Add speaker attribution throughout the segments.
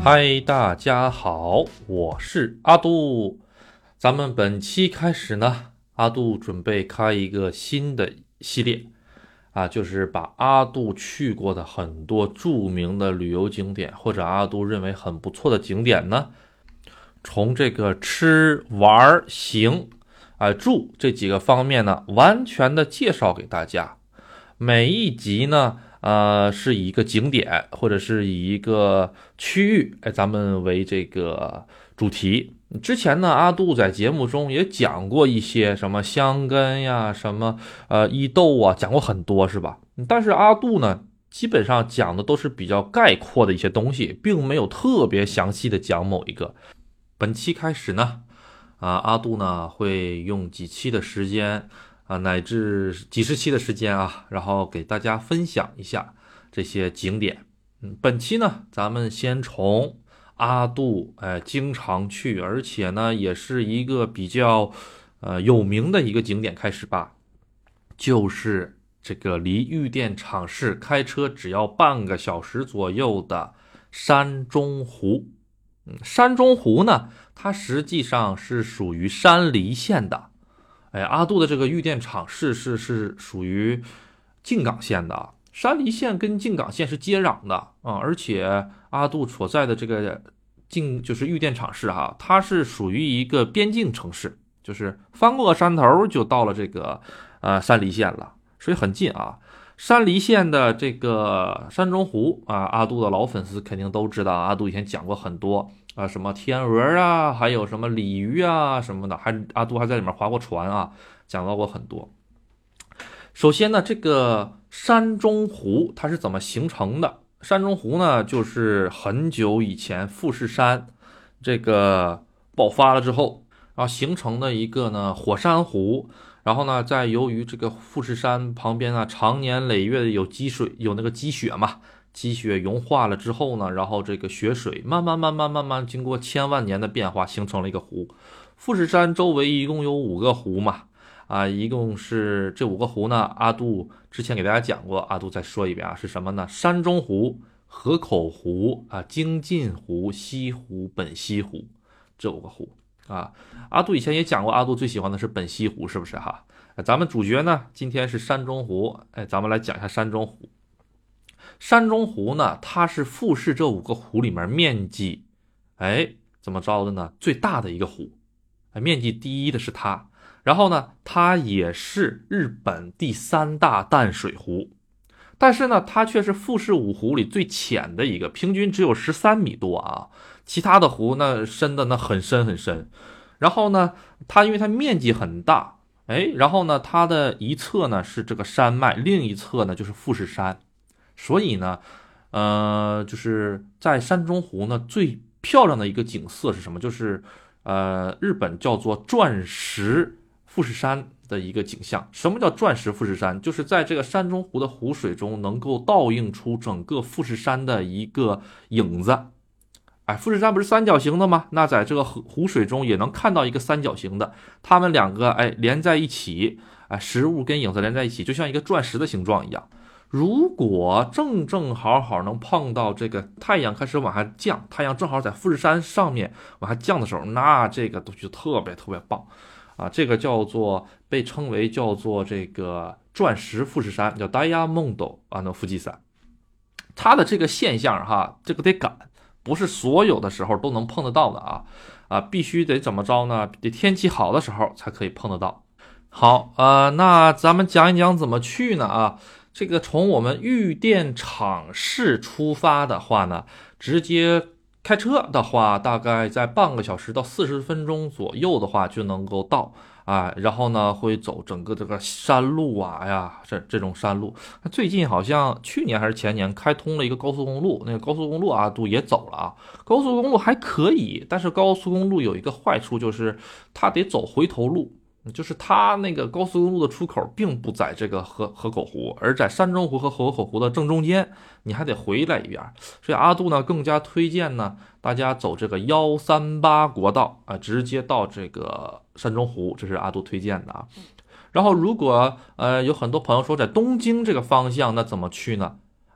Speaker 1: 嗨，大家好，我是阿杜。咱们本期开始呢，阿杜准备开一个新的系列就是把阿杜去过的很多著名的旅游景点，或者阿杜认为很不错的景点呢，从这个吃、玩、行、住这几个方面呢，完全的介绍给大家。每一集呢，是以一个景点或者是以一个区域，咱们为这个主题。之前呢，阿杜在节目中也讲过一些什么香根呀，什么伊豆啊，讲过很多是吧？但是阿杜呢，基本上讲的都是比较概括的一些东西，并没有特别详细的讲某一个。本期开始呢，阿杜呢会用几期的时间。乃至几十期的时间然后给大家分享一下这些景点。本期呢，咱们先从阿杜经常去，而且呢也是一个比较有名的一个景点开始吧，就是这个离玉电厂市开车只要半个小时左右的山中湖。山中湖呢，它实际上是属于山梨县的。阿杜的这个玉电厂市是属于静冈县的，山梨县跟静冈县是接壤的而且阿杜所在的这个就是玉电厂市它是属于一个边境城市，就是翻过山头就到了这个山梨县了，所以很近山梨县的这个山中湖阿杜的老粉丝肯定都知道，阿杜以前讲过很多什么天鹅还有什么鲤鱼什么的，阿杜还在里面划过船讲到过很多。首先呢，这个山中湖它是怎么形成的？山中湖呢，就是很久以前富士山这个爆发了之后形成的一个呢火山湖。然后呢，在由于这个富士山旁边常年累月的有那个积雪嘛，积雪融化了之后呢，然后这个雪水慢慢经过千万年的变化，形成了一个湖。富士山周围一共有5个湖嘛，一共是这5个湖呢，阿杜之前给大家讲过，阿杜再说一遍是什么呢？山中湖、河口湖精进湖、西湖、本溪湖，这5个湖。阿杜以前也讲过，阿杜最喜欢的是本溪湖，是不是咱们主角呢，今天是山中湖，咱们来讲一下山中湖。山中湖呢，它是富士这5个湖里面面积，怎么着的呢？最大的一个湖，面积第一的是它。然后呢，它也是日本第3大淡水湖，但是呢，它却是富士5湖里最浅的一个，平均只有13米多其他的湖呢，深的呢很深很深。然后呢，因为它面积很大，然后呢，它的一侧呢是这个山脉，另一侧呢就是富士山，所以呢，就是在山中湖呢最漂亮的一个景色是什么？就是日本叫做钻石富士山的一个景象。什么叫钻石富士山？就是在这个山中湖的湖水中能够倒映出整个富士山的一个影子。富士山不是三角形的吗？那在这个湖水中也能看到一个三角形的，它们两个连在一起，实物跟影子连在一起，就像一个钻石的形状一样。如果正好能碰到这个太阳开始往下降，太阳正好在富士山上面往下降的时候，那这个就特别棒这个被称为叫做这个钻石富士山，叫 Diamond 那富士山。它的这个现象这个得赶，不是所有的时候都能碰得到的必须得怎么着呢？得天气好的时候才可以碰得到。好那咱们讲一讲怎么去呢这个从我们玉电厂市出发的话呢，直接开车的话，大概在半个小时到40分钟左右的话就能够到然后呢会走整个这个山路这种山路。最近好像去年还是前年开通了一个高速公路，那个高速公路阿杜也走了高速公路还可以，但是高速公路有一个坏处，就是它得走回头路。就是它那个高速公路的出口并不在这个河口湖，而在山中湖和河口湖的正中间，你还得回来一遍。所以阿杜呢更加推荐呢大家走这个138国道直接到这个山中湖，这是阿杜推荐的然后如果有很多朋友说在东京这个方向那怎么去呢？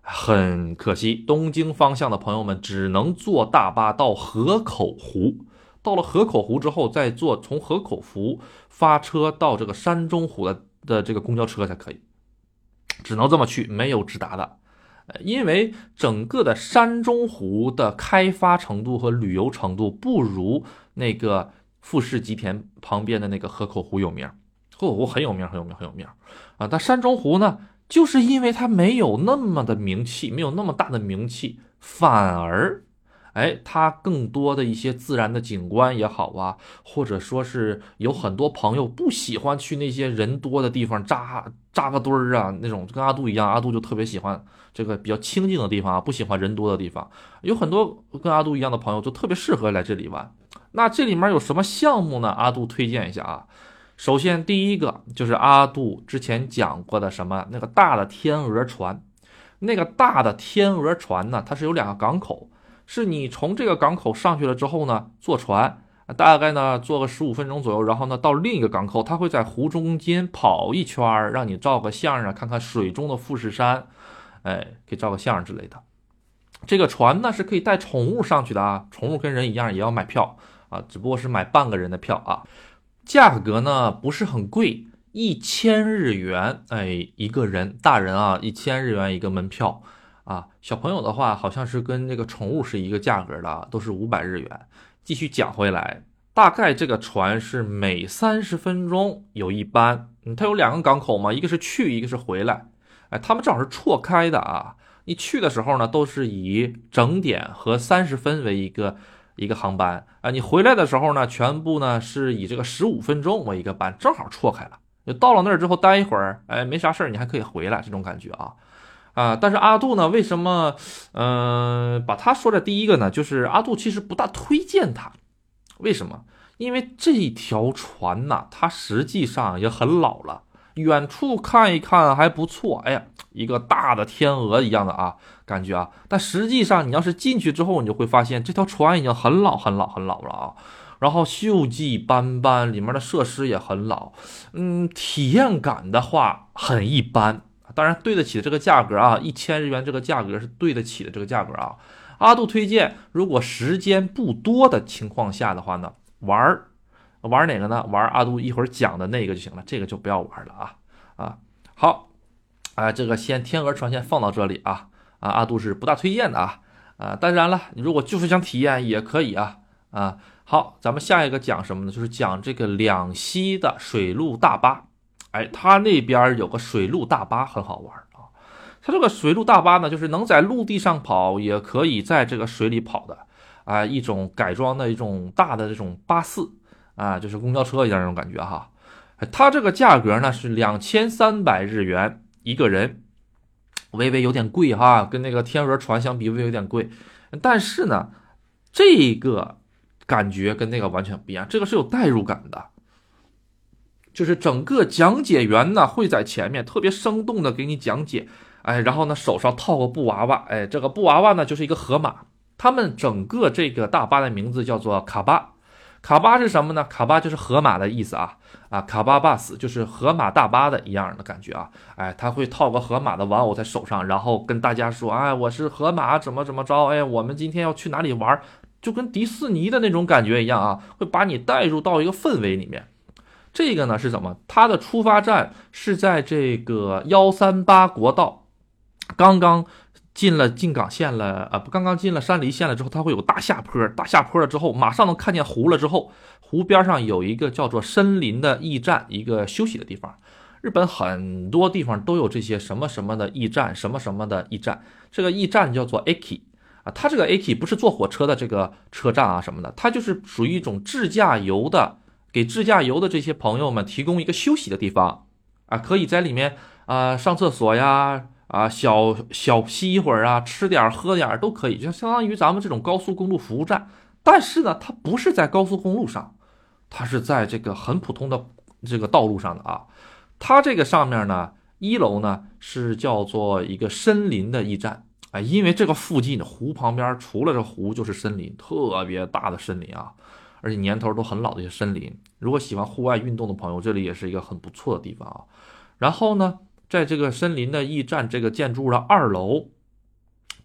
Speaker 1: 很可惜，东京方向的朋友们只能坐大巴到河口湖。到了河口湖之后，再坐从河口湖发车到这个山中湖的这个公交车才可以，只能这么去，没有直达的。因为整个的山中湖的开发程度和旅游程度不如那个富士吉田旁边的那个河口湖有名，河口湖很有名啊。但山中湖呢，就是因为它没有那么的名气，没有那么大的名气，反而它更多的一些自然的景观也好啊，或者说是有很多朋友不喜欢去那些人多的地方扎个堆儿啊，那种跟阿杜一样，阿杜就特别喜欢这个比较清静的地方啊，不喜欢人多的地方。有很多跟阿杜一样的朋友就特别适合来这里玩。那这里面有什么项目呢？阿杜推荐一下啊。首先第一个就是阿杜之前讲过的什么那个大的天鹅船，那个大的天鹅船呢，它是有2个港口。是你从这个港口上去了之后呢，坐船，大概呢坐个15分钟左右，然后呢到另一个港口，它会在湖中间跑一圈，让你照个相啊，看看水中的富士山，可以照个相之类的。这个船呢是可以带宠物上去的啊，宠物跟人一样也要买票啊，只不过是买半个人的票啊。价格呢不是很贵，1000日元，一个人，大人啊1000日元一个门票。小朋友的话好像是跟这个宠物是一个价格的，都是500日元。继续讲回来，大概这个船是每30分钟有一班，它有2个港口嘛，一个是去，一个是回来，他们正好是错开的啊。你去的时候呢，都是以整点和30分为一个航班啊，你回来的时候呢，全部呢是以这个15分钟为一个班，正好错开了。就到了那儿之后待一会儿，没啥事儿，你还可以回来，这种感觉啊。但是阿杜呢，为什么把他说的第一个呢？就是阿杜其实不大推荐他，为什么？因为这条船呢，它实际上也很老了，远处看一看还不错，一个大的天鹅一样的感觉啊。但实际上你要是进去之后，你就会发现这条船已经很老了啊。然后锈迹斑斑，里面的设施也很老，体验感的话很一般。当然对得起这个价格啊，1000日元这个价格是对得起的这个价格啊。阿杜推荐，如果时间不多的情况下的话呢，玩哪个呢？玩阿杜一会儿讲的那个就行了，这个就不要玩了好这个天鹅船先放到这里阿杜是不大推荐的当然了，你如果就是想体验也可以好，咱们下一个讲什么呢？就是讲这个两栖的水陆大巴。它那边有个水陆大巴很好玩它这个水陆大巴呢，就是能在陆地上跑，也可以在这个水里跑的一种改装的一种大的这种巴士就是公交车一样那种感觉它这个价格呢是2300日元一个人，微微有点贵跟那个天鹅船相比微微有点贵，但是呢，这个感觉跟那个完全不一样，这个是有代入感的。就是整个讲解员呢会在前面特别生动的给你讲解，然后呢手上套个布娃娃，这个布娃娃呢就是一个河马。他们整个这个大巴的名字叫做卡巴。卡巴是什么呢？卡巴就是河马的意思卡巴巴斯就是河马大巴的一样的感觉他会套个河马的玩偶在手上，然后跟大家说，我是河马怎么着，我们今天要去哪里玩，就跟迪士尼的那种感觉一样会把你带入到一个氛围里面。这个呢是什么？它的出发站是在这个138国道，刚刚进了静冈县了刚刚进了山梨县了之后，它会有大下坡了之后，马上能看见湖了之后，湖边上有一个叫做森林的驿站，一个休息的地方。日本很多地方都有这些什么什么的驿站，什么什么的驿站，这个驿站叫做 Eki它这个 Eki 不是坐火车的这个车站什么的，它就是属于一种给自驾游的这些朋友们提供一个休息的地方可以在里面上厕所呀小息一会儿吃点喝点都可以，就相当于咱们这种高速公路服务站。但是呢，它不是在高速公路上，它是在这个很普通的这个道路上的它这个上面呢，1楼呢是叫做一个森林的驿站因为这个附近湖旁边除了这湖就是森林，特别大的森林而且年头都很老的一些森林，如果喜欢户外运动的朋友，这里也是一个很不错的地方然后呢，在这个森林的驿站这个建筑的2楼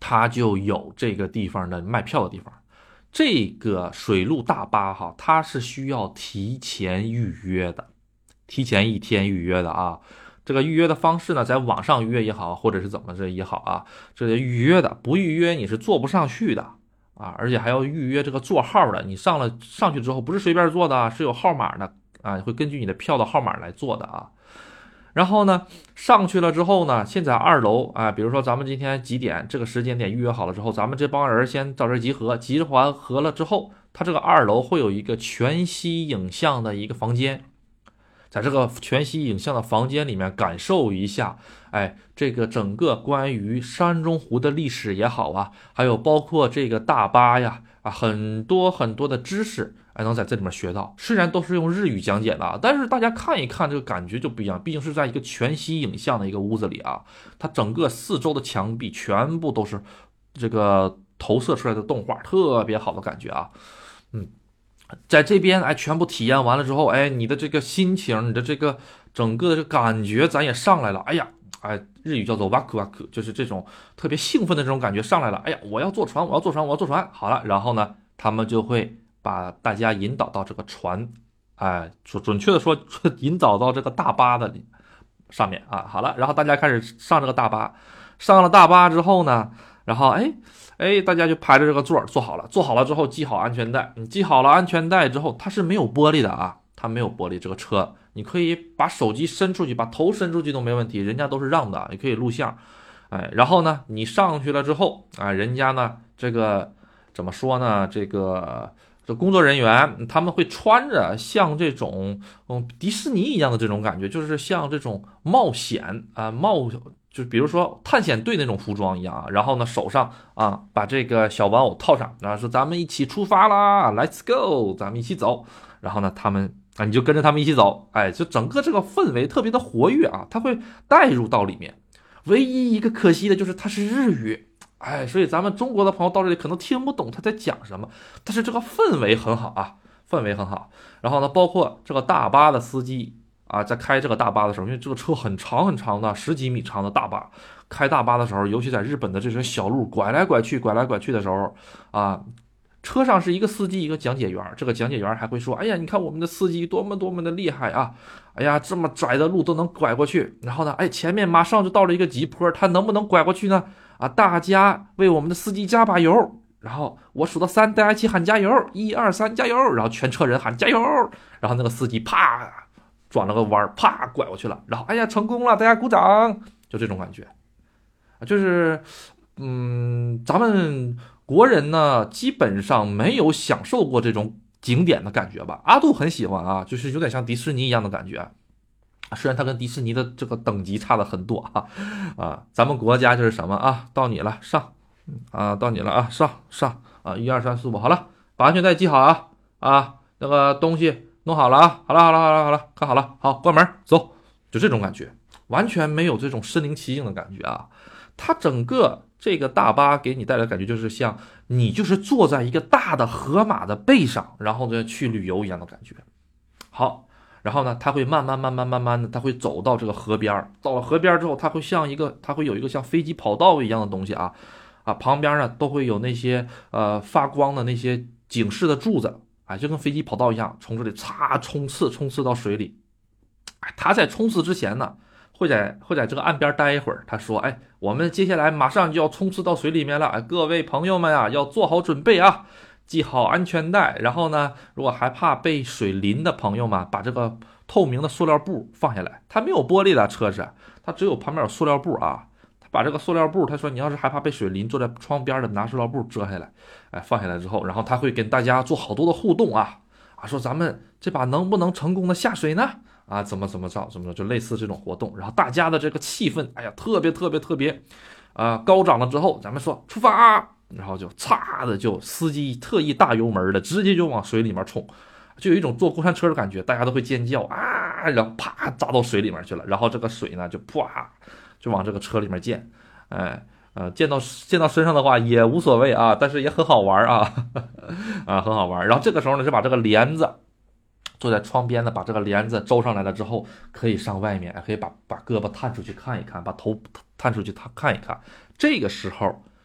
Speaker 1: 它就有这个地方的卖票的地方。这个水陆大巴哈，它是需要提前预约的，提前1天预约的啊。这个预约的方式呢，在网上预约也好，或者是怎么着也好啊，这个预约的，不预约你是坐不上去的啊，而且还要预约这个座号的。你上去之后，不是随便坐的，是有号码的啊，会根据你的票的号码来做的啊。然后呢，上去了之后呢，现在2楼啊，比如说咱们今天几点这个时间点预约好了之后，咱们这帮人先到这集合，集完合了之后，它这个2楼会有一个全息影像的一个房间，在这个全息影像的房间里面感受一下，这个整个关于山中湖的历史也好啊，还有包括这个大巴呀很多很多的知识，能在这里面学到。虽然都是用日语讲解的，但是大家看一看这个感觉就不一样，毕竟是在一个全息影像的一个屋子里啊，它整个4周的墙壁全部都是这个投射出来的动画，特别好的感觉啊。在这边全部体验完了之后，你的这个心情，你的这个整个的这个感觉咱也上来了。日语叫做ワクワク，就是这种特别兴奋的这种感觉上来了。我要坐船，我要坐船，我要坐船。好了，然后呢，他们就会把大家引导到这个船，准确的说，引导到这个大巴的上面啊。好了，然后大家开始上这个大巴，上了大巴之后呢，然后大家就排着这个座坐好了，坐好了之后系好安全带。你系好了安全带之后，它是没有玻璃的啊，它没有玻璃。这个车你可以把手机伸出去，把头伸出去都没问题，人家都是让的，也可以录像。然后呢，你上去了之后人家呢这个怎么说呢？这工作人员他们会穿着像这种迪士尼一样的这种感觉，就是像这种冒险就比如说探险队那种服装一样啊，然后呢手上把这个小玩偶套上，然后说咱们一起出发啦 ，Let's go， 咱们一起走。然后呢他们你就跟着他们一起走，就整个这个氛围特别的活跃啊，它会带入到里面。唯一一个可惜的就是它是日语，所以咱们中国的朋友到这里可能听不懂他在讲什么，但是这个氛围很好啊，氛围很好。然后呢，包括这个大巴的司机在开这个大巴的时候，因为这个车很长很长的10几米长的大巴，开大巴的时候，尤其在日本的这些小路拐来拐去的时候车上是一个司机一个讲解员，这个讲解员还会说，你看我们的司机多么多么的厉害啊，这么窄的路都能拐过去。然后呢前面马上就到了一个急坡，他能不能拐过去呢？大家为我们的司机加把油。然后我数到3，大家一起喊加油，1、2、3，加油！然后全车人喊加油，然后那个司机啪转了个弯，啪拐过去了，然后成功了，大家鼓掌，就这种感觉，就是咱们国人呢基本上没有享受过这种景点的感觉吧？阿杜很喜欢啊，就是有点像迪士尼一样的感觉。虽然它跟迪士尼的这个等级差的很多咱们国家就是什么到你了上到你了上1、2、3、4、5，好了，把安全带系好那个东西弄好了好了，看好了，好，关门走，就这种感觉，完全没有这种身临其境的感觉它整个这个大巴给你带来的感觉就是像你就是坐在一个大的河马的背上，然后呢去旅游一样的感觉。好，然后呢它会慢慢的它会走到这个河边，到了河边之后它会有一个像飞机跑道一样的东西旁边呢都会有那些发光的那些警示的柱子就跟飞机跑道一样，从这里冲刺到水里。他在冲刺之前呢会在这个岸边待一会儿，他说我们接下来马上就要冲刺到水里面了，各位朋友们要做好准备系好安全带。然后呢如果害怕被水淋的朋友们，把这个透明的塑料布放下来，它没有玻璃的车子，它只有旁边有塑料布他把这个塑料布，他说你要是害怕被水淋，坐在窗边的拿塑料布遮下来，放下来之后，然后他会跟大家做好多的互动说咱们这把能不能成功的下水呢怎么着，就类似这种活动。然后大家的这个气氛特别高涨了之后，咱们说出发然后就就司机特意大油门的直接就往水里面冲，就有一种坐过山车的感觉，大家都会尖叫然后啪砸到水里面去了，然后这个水呢就啪就往这个车里面溅，溅到身上的话也无所谓但是也很好玩很好玩。然后这个时候呢，就把这个帘子坐在窗边的，把这个帘子周上来了之后，可以上外面，可以把胳膊探出去看一看，把头探出去看一看。这个时候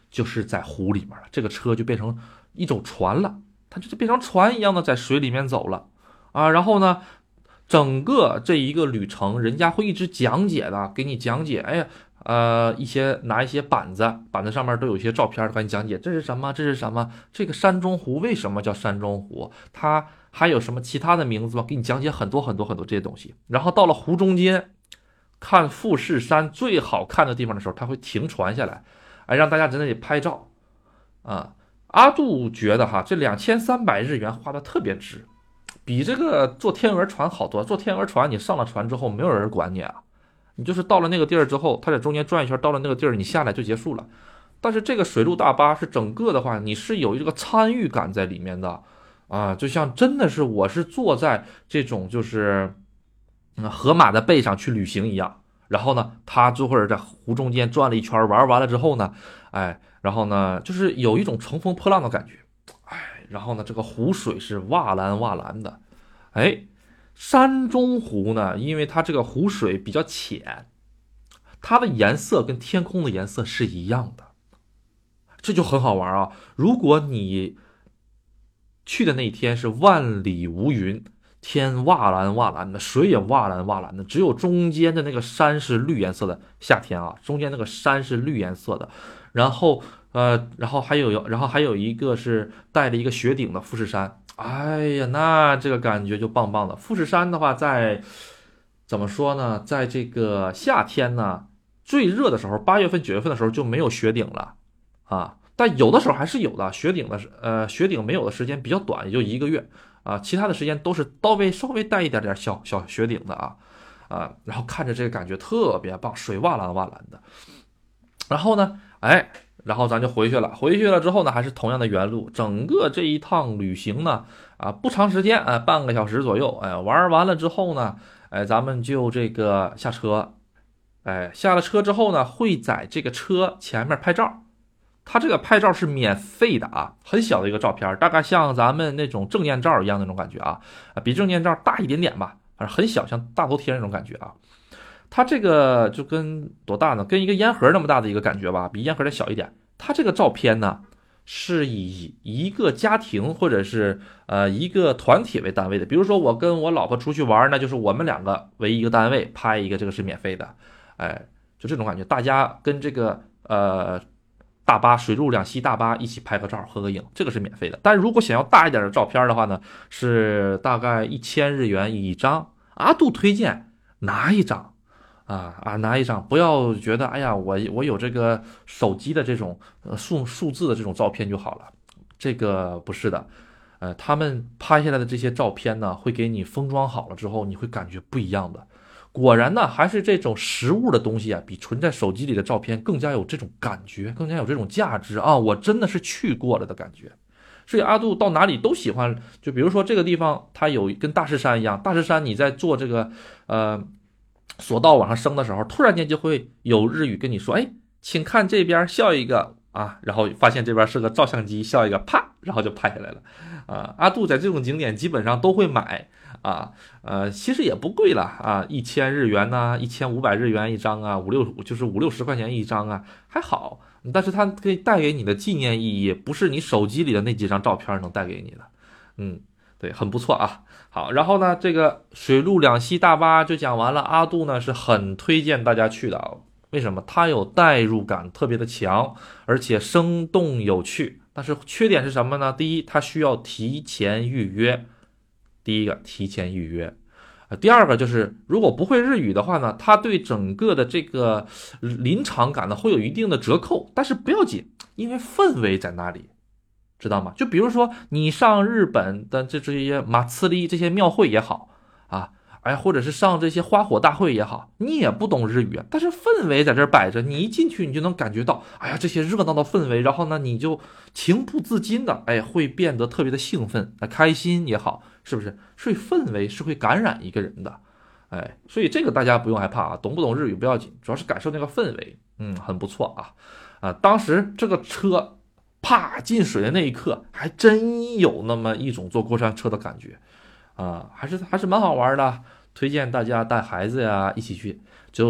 Speaker 1: 就是在湖里面了，这个车就变成一种船了，它就变成船一样的在水里面走了啊。然后呢，整个这一个旅程，人家会一直讲解的，给你讲解，哎呀。拿一些板子上面都有一些照片，给你讲解这是什么，这是什么，这个山中湖为什么叫山中湖，它还有什么其他的名字吗？给你讲解很多很多很多这些东西。然后到了湖中间，看富士山最好看的地方的时候，他会停船下来，哎，让大家在那里拍照啊。阿杜觉得哈，这2300日元花的特别值，比这个坐天鹅船好多。坐天鹅船，你上了船之后，没有人管你啊。你就是到了那个地儿之后，它在中间转一圈，到了那个地儿，你下来就结束了。但是这个水陆大巴是整个的话，你是有这个参与感在里面的啊，就像真的是我是坐在这种就是河马的背上去旅行一样。然后呢，他就或者在湖中间转了一圈，玩完了之后呢，哎，然后呢，就是有一种乘风破浪的感觉，哎，然后呢，这个湖水是瓦蓝瓦蓝的，哎。山中湖呢，因为它这个湖水比较浅，它的颜色跟天空的颜色是一样的，这就很好玩啊。如果你去的那一天是万里无云，天瓦蓝瓦蓝的，水也瓦蓝瓦蓝的，只有中间的那个山是绿颜色的，夏天啊，中间那个山是绿颜色的，然后还有一个是带了一个雪顶的富士山。哎呀，那这个感觉就棒棒的。富士山的话，怎么说呢？在这个夏天呢，最热的时候，8月份、9月份的时候就没有雪顶了啊。但有的时候还是有的，雪顶没有的时间比较短，也就1个月啊。其他的时间都是稍微带一点点小雪顶的啊。然后看着这个感觉特别棒，水哇蓝哇蓝的。然后呢，哎。然后咱就回去了，回去了之后呢，还是同样的原路。整个这一趟旅行呢，不长时间，半个小时左右，玩完了之后呢，咱们就这个下车，下了车之后呢，会在这个车前面拍照。它这个拍照是免费的啊，很小的一个照片，大概像咱们那种证件照一样那种感觉啊，比证件照大一点点吧，很小，像大头贴那种感觉啊。它这个就跟多大呢？跟一个烟盒那么大的一个感觉吧，比烟盒再小一点。它这个照片呢，是以一个家庭或者是一个团体为单位的。比如说我跟我老婆出去玩，那就是我们2个为一个单位拍一个，这个是免费的。哎，就这种感觉，大家跟这个大巴水陆两栖大巴一起拍个照合个影，这个是免费的。但如果想要大一点的照片的话呢，是大概1000日元一张。阿杜推荐拿一张。拿一张，不要觉得哎呀，我有这个手机的这种数字的这种照片就好了，这个不是的，他们拍下来的这些照片呢，会给你封装好了之后，你会感觉不一样的。果然呢，还是这种实物的东西啊，比存在手机里的照片更加有这种感觉，更加有这种价值啊！我真的是去过了的感觉。所以阿杜到哪里都喜欢，就比如说这个地方，它有跟大势山一样，大势山你在做这个索道往上升的时候，突然间就会有日语跟你说，哎，请看这边笑一个啊，然后发现这边是个照相机，笑一个，啪，然后就拍下来了。阿杜在这种景点基本上都会买啊，其实也不贵了啊，1000日元呐，1500日元一张啊，就是50-60块钱一张啊，还好。但是它可以带给你的纪念意义，不是你手机里的那几张照片能带给你的。对，很不错啊。好，然后呢，这个水陆两栖大巴就讲完了。阿杜呢是很推荐大家去的，为什么？它有代入感特别的强，而且生动有趣。但是缺点是什么呢？第一，它需要提前预约。第一个，提前预约。第二个就是如果不会日语的话呢，它对整个的这个临场感呢会有一定的折扣，但是不要紧，因为氛围在那里。知道吗？就比如说你上日本的这些马茨里这些庙会也好啊，或者是上这些花火大会也好，你也不懂日语，但是氛围在这摆着，你一进去你就能感觉到，哎呀，这些热闹的氛围，然后呢，你就情不自禁的，会变得特别的兴奋，开心也好，是不是？所以氛围是会感染一个人的，所以这个大家不用害怕啊，懂不懂日语不要紧，主要是感受那个氛围，很不错啊。当时这个车啪进水的那一刻，还真有那么一种坐过山车的感觉还是蛮好玩的，推荐大家带孩子呀一起去。就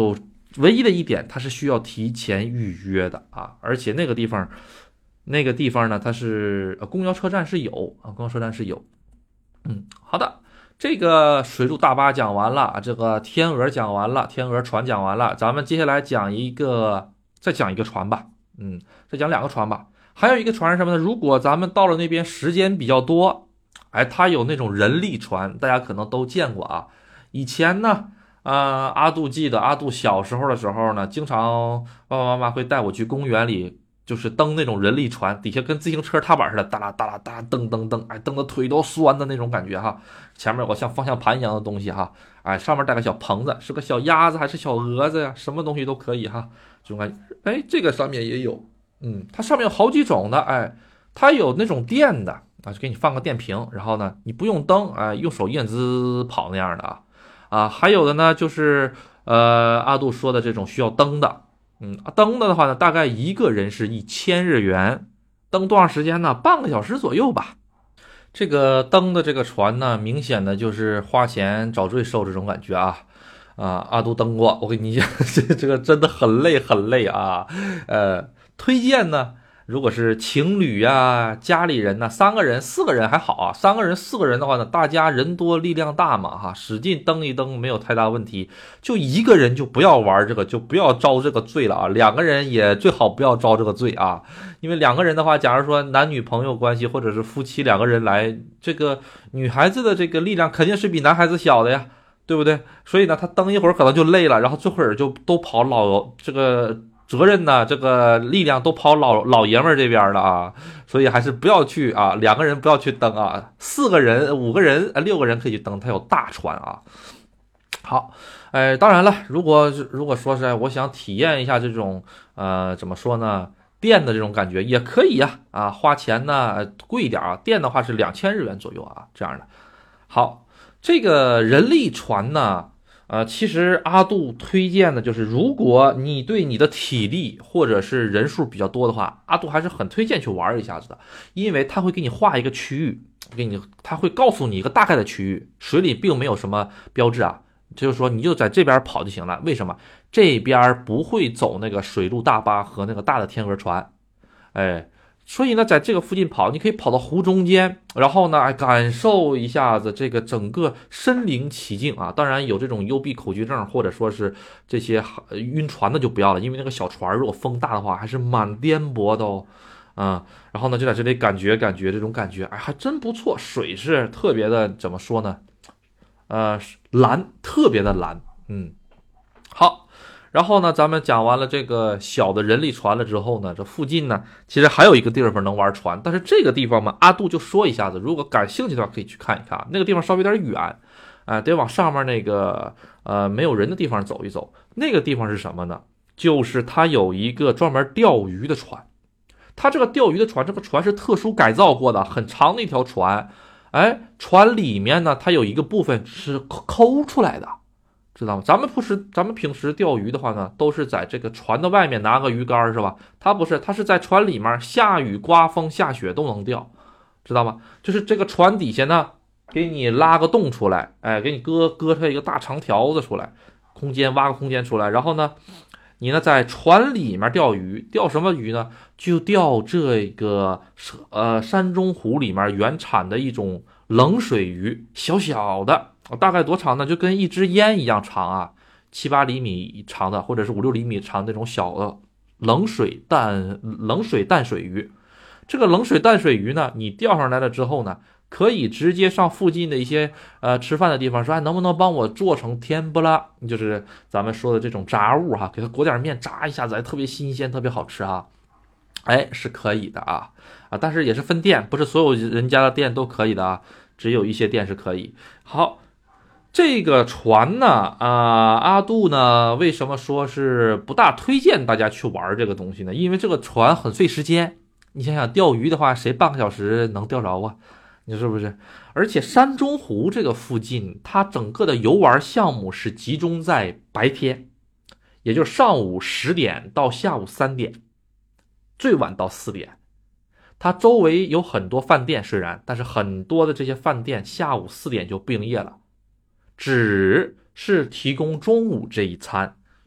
Speaker 1: 唯一的一点它是需要提前预约的啊，而且那个地方呢，它是公交车站是有啊，公交车站是有。好的，这个水陆大巴讲完了，这个天鹅讲完了，天鹅船讲完了，咱们接下来再讲一个船吧。再讲2个船吧。还有一个船是什么呢？如果咱们到了那边时间比较多，它有那种人力船，大家可能都见过啊。以前呢，阿杜记得阿杜小时候的时候呢，经常爸爸妈妈会带我去公园里，就是蹬那种人力船，底下跟自行车踏板似的，哒啦哒啦哒，蹬蹬蹬，蹬的腿都酸的那种感觉哈。前面有个像方向盘一样的东西哈，上面带个小棚子，是个小鸭子还是小蛾子呀？什么东西都可以哈，这种感觉。这个上面也有，它上面有好几种的，它有那种电的就给你放个电瓶，然后呢，你不用蹬，用手一摁滋跑那样的还有的呢就是阿杜说的这种需要蹬的。蹬的话呢，大概一个人是1000日元，蹬多长时间呢？半个小时左右吧。这个蹬的这个船呢，明显的就是花钱找罪受这种感觉啊。阿杜蹬过，我跟你讲，这个真的很累很累啊。推荐呢，如果是情侣呀、家里人呢，3个人、4个人还好啊。3个人、4个人的话呢，大家人多力量大嘛，哈，使劲蹬一蹬没有太大问题。就一个人就不要玩这个，就不要遭这个罪了啊。2个人也最好不要遭这个罪啊，因为2个人的话，假如说男女朋友关系或者是夫妻2个人来，这个女孩子的这个力量肯定是比男孩子小的呀，对不对？所以呢，他蹬一会儿可能就累了，然后这会儿就都跑这个责任呢，这个力量都跑老爷们儿这边了啊，所以还是不要去啊，2个人不要去蹬啊，4个人、5个人、6个人可以去蹬，它有大船啊。好，当然了，如果说是我想体验一下这种怎么说呢，电的这种感觉也可以呀，花钱呢贵一点啊，电的话是2000日元左右啊，这样的。好，这个人力船呢。其实阿杜推荐的就是，如果你对你的体力或者是人数比较多的话，阿杜还是很推荐去玩一下子的，因为他会给你画一个区域，他会告诉你一个大概的区域，水里并没有什么标志啊，就是说你就在这边跑就行了。为什么？这边不会走那个水陆大巴和那个大的天鹅船，所以呢，在这个附近跑，你可以跑到湖中间，然后呢，感受一下子这个整个身临其境啊。当然有这种幽闭恐惧症，或者说是这些晕船的就不要了，因为那个小船如果风大的话，还是蛮颠簸的哦。然后呢，就在这里感觉这种感觉，还真不错。水是特别的，怎么说呢？蓝，特别的蓝。好。然后呢，咱们讲完了这个小的人力船了之后呢，这附近呢，其实还有一个地方能玩船，但是这个地方嘛，阿杜就说一下子，如果感兴趣的话，可以去看一看。那个地方稍微有点远，得往上面那个没有人的地方走一走。那个地方是什么呢？就是它有一个专门钓鱼的船，它这个钓鱼的船，这个船是特殊改造过的，很长的一条船。船里面呢，它有一个部分是抠出来的。知道吗？咱们平时钓鱼的话呢，都是在这个船的外面拿个鱼竿是吧？它不是，它是在船里面，下雨、刮风、下雪都能钓，知道吗？就是这个船底下呢，给你拉个洞出来，给你割出来一个大长条子出来，挖个空间出来，然后呢，你呢在船里面钓鱼，钓什么鱼呢？就钓这个山中湖里面原产的一种冷水鱼，小小的。大概多长呢？就跟一支烟一样长啊，7、8厘米长的，或者是5、6厘米长的那种小的冷水淡水鱼。这个冷水淡水鱼呢，你钓上来了之后呢，可以直接上附近的一些吃饭的地方说，能不能帮我做成天不拉，就是咱们说的这种炸物哈，给它裹点面炸一下子，还特别新鲜，特别好吃啊。是可以的啊，但是也是分店，不是所有人家的店都可以的啊，只有一些店是可以。好。这个船呢，阿杜呢，为什么说是不大推荐大家去玩这个东西呢？因为这个船很费时间。你想想，钓鱼的话，谁半个小时能钓着啊？你说是不是？而且山中湖这个附近，它整个的游玩项目是集中在白天，也就是上午10点到下午3点，最晚到4点。它周围有很多饭店，虽然，但是很多的这些饭店下午4点就不营业了。只是提供中午这一餐，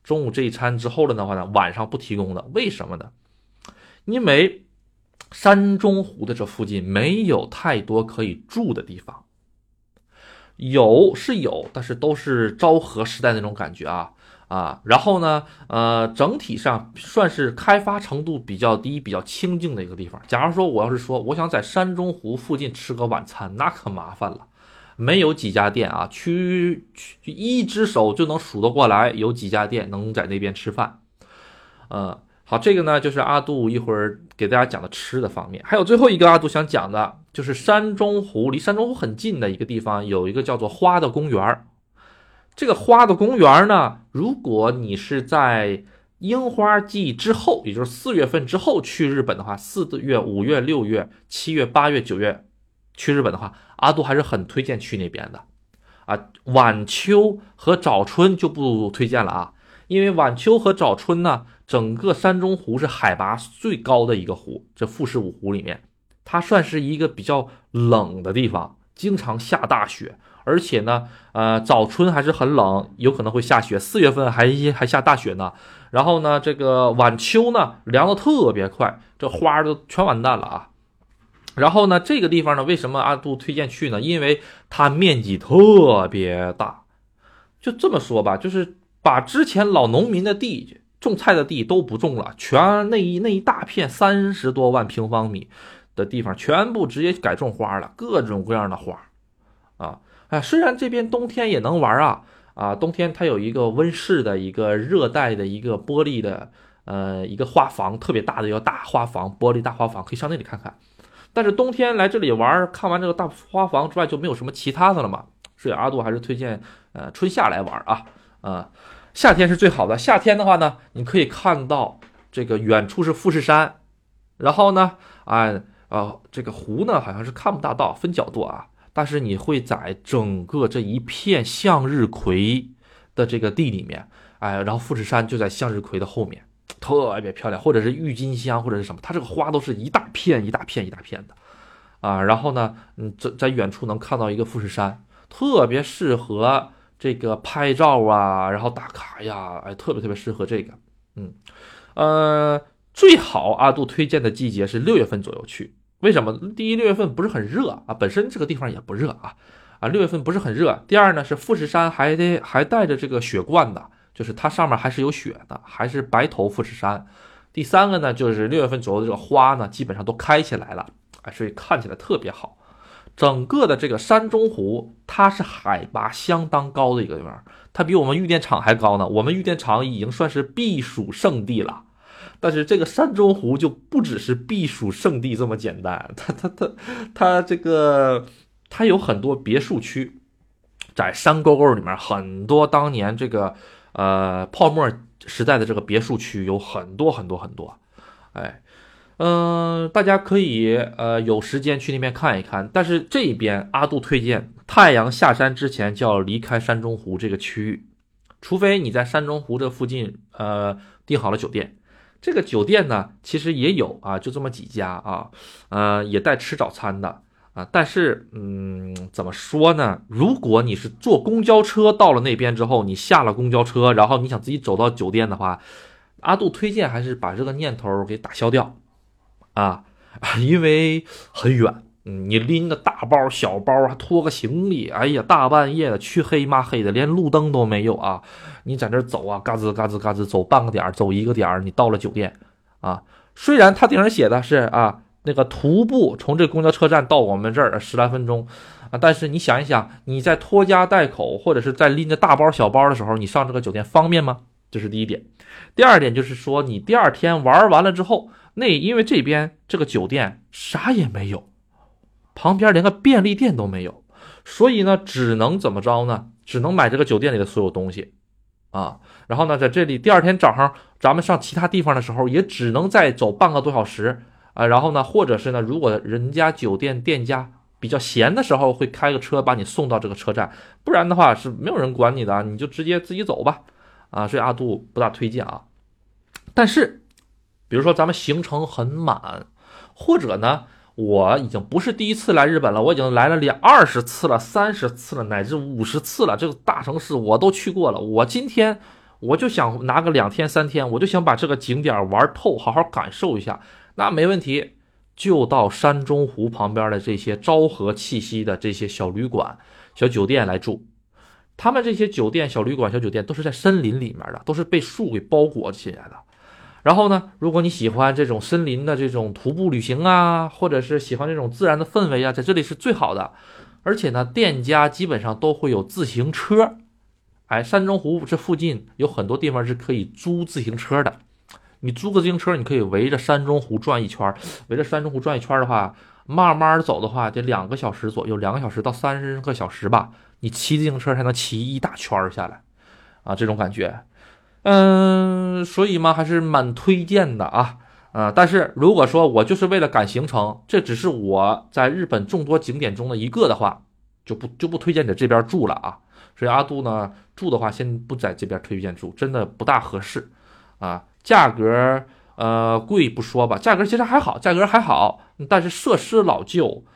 Speaker 1: 中午这一餐之后的话呢，晚上不提供的。为什么呢？因为山中湖的这附近没有太多可以住的地方，有是有，但是都是昭和时代那种感觉然后呢，整体上算是开发程度比较低、比较清静的一个地方。假如说我要是说我想在山中湖附近吃个晚餐，那可麻烦了，没有几家店一只手就能数得过来，有几家店能在那边吃饭。好，这个呢就是阿杜一会儿给大家讲的吃的方面。还有最后一个阿杜想讲的就是山中湖，离山中湖很近的一个地方有一个叫做花的公园。这个花的公园呢，如果你是在樱花季之后，也就是4月份之后去日本的话，4月、5月、6月、7月、8月、9月去日本的话，阿杜还是很推荐去那边的。晚秋和早春就不推荐了因为晚秋和早春呢，整个山中湖是海拔最高的一个湖，这富士五湖里面，它算是一个比较冷的地方，经常下大雪，而且呢，早春还是很冷，有可能会下雪，4月份还下大雪呢。然后呢，这个晚秋呢，凉得特别快，这花都全完蛋了然后呢，这个地方呢，为什么阿杜推荐去呢？因为它面积特别大，就这么说吧，就是把之前老农民的地种菜的地都不种了，全那一大片30多万平方米的地方，全部直接改种花了，各种各样的花虽然这边冬天也能玩冬天它有一个温室的一个热带的一个玻璃的一个花房，特别大的一个大花房，玻璃大花房，可以上那里看看。但是冬天来这里玩，看完这个大花房之外就没有什么其他的了嘛，所以阿杜还是推荐春夏来玩夏天是最好的。夏天的话呢，你可以看到这个远处是富士山，然后呢这个湖呢好像是看不大到，分角度但是你会在整个这一片向日葵的这个地里面然后富士山就在向日葵的后面，特别漂亮，或者是郁金香或者是什么，它这个花都是一大片一大片一大片的然后呢在远处能看到一个富士山，特别适合这个拍照然后打卡呀，特别特别适合这个最好阿杜推荐的季节是6月份左右去。为什么？第一，6月份不是很热本身这个地方也不热6月份不是很热。第二呢，是富士山还带着这个雪冠的，就是它上面还是有雪的，还是白头富士山。第三个呢，就是6月份左右的这个花呢，基本上都开起来了所以看起来特别好。整个的这个山中湖，它是海拔相当高的一个地方，它比我们玉电厂还高呢。我们玉电厂已经算是避暑胜地了。但是这个山中湖就不只是避暑胜地这么简单，它有很多别墅区，在山沟沟里面，很多当年这个泡沫时代的这个别墅区有很多很多很多，大家可以有时间去那边看一看。但是这边阿杜推荐太阳下山之前就要离开山中湖这个区域，除非你在山中湖这附近订好了酒店。这个酒店呢，其实也有就这么几家也带吃早餐的但是怎么说呢？如果你是坐公交车到了那边之后，你下了公交车，然后你想自己走到酒店的话，阿杜推荐还是把这个念头给打消掉因为很远。你拎着大包小包还拖个行李，哎呀，大半夜的黢黑麻黑的，连路灯都没有你在这走嘎吱嘎吱嘎吱走半个点走1个点，你到了酒店虽然它顶上写的是那个徒步从这个公交车站到我们这儿10来分钟但是你想一想，你在拖家带口或者是在拎着大包小包的时候，你上这个酒店方便吗？这是第一点。第二点就是说，你第二天玩完了之后，因为这边这个酒店啥也没有，旁边连个便利店都没有，所以呢只能怎么着呢？只能买这个酒店里的所有东西然后呢在这里第二天早上咱们上其他地方的时候，也只能再走半个多小时然后呢或者是呢，如果人家酒店店家比较闲的时候，会开个车把你送到这个车站，不然的话是没有人管你的你就直接自己走吧所以阿杜不大推荐但是比如说咱们行程很满，或者呢我已经不是第一次来日本了，我已经来了20次了、30次了，乃至50次了，这个大城市我都去过了。我今天我就想拿个2天3天，我就想把这个景点玩透，好好感受一下，那没问题，就到山中湖旁边的这些昭和气息的这些小旅馆、小酒店来住。他们这些酒店、小旅馆、小酒店都是在森林里面的，都是被树给包裹起来的。然后呢，如果你喜欢这种森林的这种徒步旅行啊，或者是喜欢这种自然的氛围啊，在这里是最好的。而且呢，店家基本上都会有自行车。山中湖这附近有很多地方是可以租自行车的。你租个自行车，你可以围着山中湖转一圈。围着山中湖转一圈的话，慢慢走的话，得2个小时左右，2个小时到3个小时吧。你骑自行车才能骑一大圈下来，这种感觉。所以嘛，还是蛮推荐的啊。但是如果说我就是为了赶行程，这只是我在日本众多景点中的一个的话，就不推荐在这边住了啊。所以阿杜呢住的话，先不在这边推荐住，真的不大合适啊。价格贵不说吧，价格其实还好，但是设施老旧，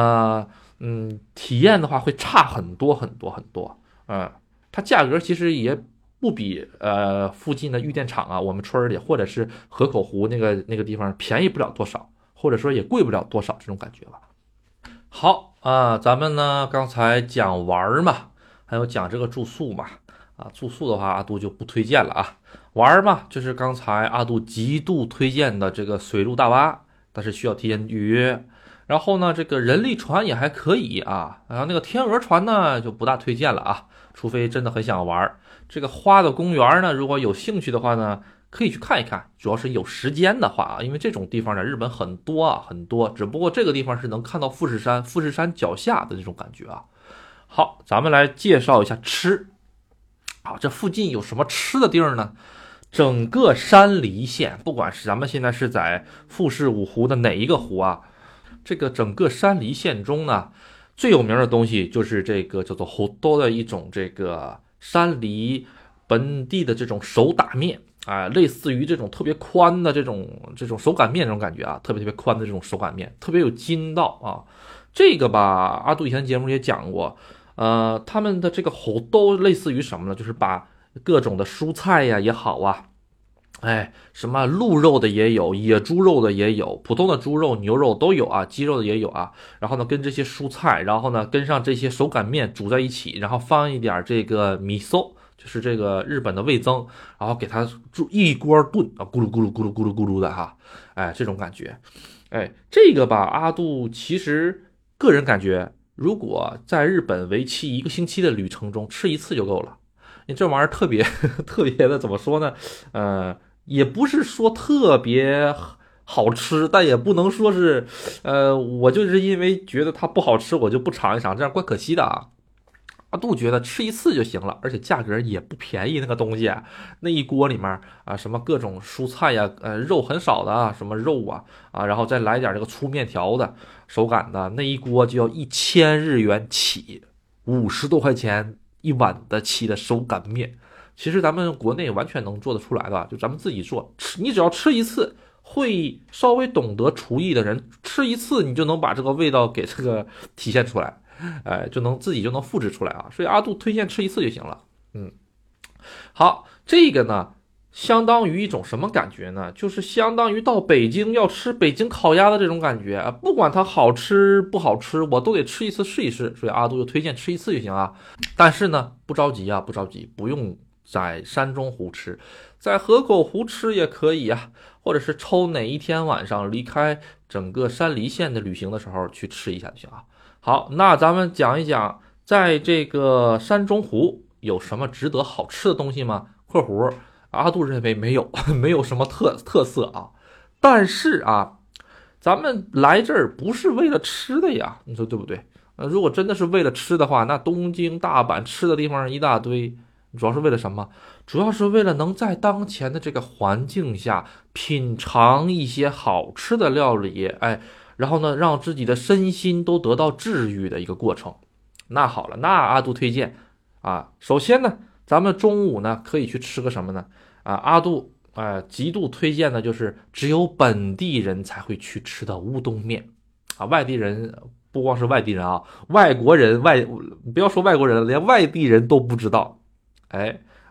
Speaker 1: 体验的话会差很多很多很多。它价格其实也不比附近的玉电厂啊，我们村里或者是河口湖那个地方便宜不了多少，或者说也贵不了多少，这种感觉吧。好咱们呢刚才讲玩嘛，还有讲这个住宿嘛。住宿的话阿杜就不推荐了啊。玩嘛，就是刚才阿杜极度推荐的这个水陆大巴，但是需要提前预约。然后呢，这个人力船也还可以啊，然后那个天鹅船呢就不大推荐了啊，除非真的很想玩。这个花的公园呢，如果有兴趣的话呢，可以去看一看，主要是有时间的话因为这种地方呢，日本很多很多，只不过这个地方是能看到富士山脚下的那种感觉啊。好，咱们来介绍一下吃。这附近有什么吃的地儿呢？整个山梨县，不管是咱们现在是在富士五湖的哪一个湖啊，这个整个山梨县中呢，最有名的东西就是这个叫做猴多的一种这个山梨本地的这种手打面类似于这种特别宽的这种手擀面这种感觉特别宽的这种手擀面，特别有筋道这个吧，阿杜以前节目也讲过。他们的这个猴都类似于什么呢？就是把各种的蔬菜呀也好什么鹿肉的也有，野猪肉的也有，普通的猪肉、牛肉都有鸡肉的也有然后呢，跟这些蔬菜，然后呢，跟上这些手擀面煮在一起，然后放一点这个米馊，就是这个日本的味增，然后给它一锅炖咕噜咕噜咕噜咕噜咕噜的这种感觉。这个吧，阿杜其实个人感觉，如果在日本为期1个星期的旅程中吃一次就够了。你这玩意儿特别的怎么说呢？也不是说特别好吃，但也不能说是我就是因为觉得它不好吃我就不尝一尝，这样怪可惜的阿杜觉得吃一次就行了，而且价格也不便宜。那个东西那一锅里面什么各种蔬菜呀，肉很少的什么肉然后再来点这个粗面条的手擀的，那一锅就要1000日元起，50多块钱一碗的起的手擀面。其实咱们国内完全能做得出来的，就咱们自己做，你只要吃一次，会稍微懂得厨艺的人吃一次，你就能把这个味道给这个体现出来。自己就能复制出来所以阿杜推荐吃一次就行了。好，这个呢相当于一种什么感觉呢？就是相当于到北京要吃北京烤鸭的这种感觉不管它好吃不好吃，我都得吃一次试一试。所以阿杜就推荐吃一次就行但是呢不着急不用在山中湖吃，在河口湖吃也可以或者是抽哪一天晚上离开整个山梨县的旅行的时候去吃一下就行好，那咱们讲一讲，在这个山中湖有什么值得好吃的东西吗？括弧阿杜认为没有没有什么特色但是咱们来这儿不是为了吃的呀，你说对不对？如果真的是为了吃的话，那东京、大阪吃的地方一大堆，主要是为了什么？主要是为了能在当前的这个环境下品尝一些好吃的料理，然后呢，让自己的身心都得到治愈的一个过程。那好了，那阿杜推荐首先呢，咱们中午呢可以去吃个什么呢？阿杜极度推荐的就是只有本地人才会去吃的乌冬面外地人不光是外地人外国人不要说外国人了，连外地人都不知道。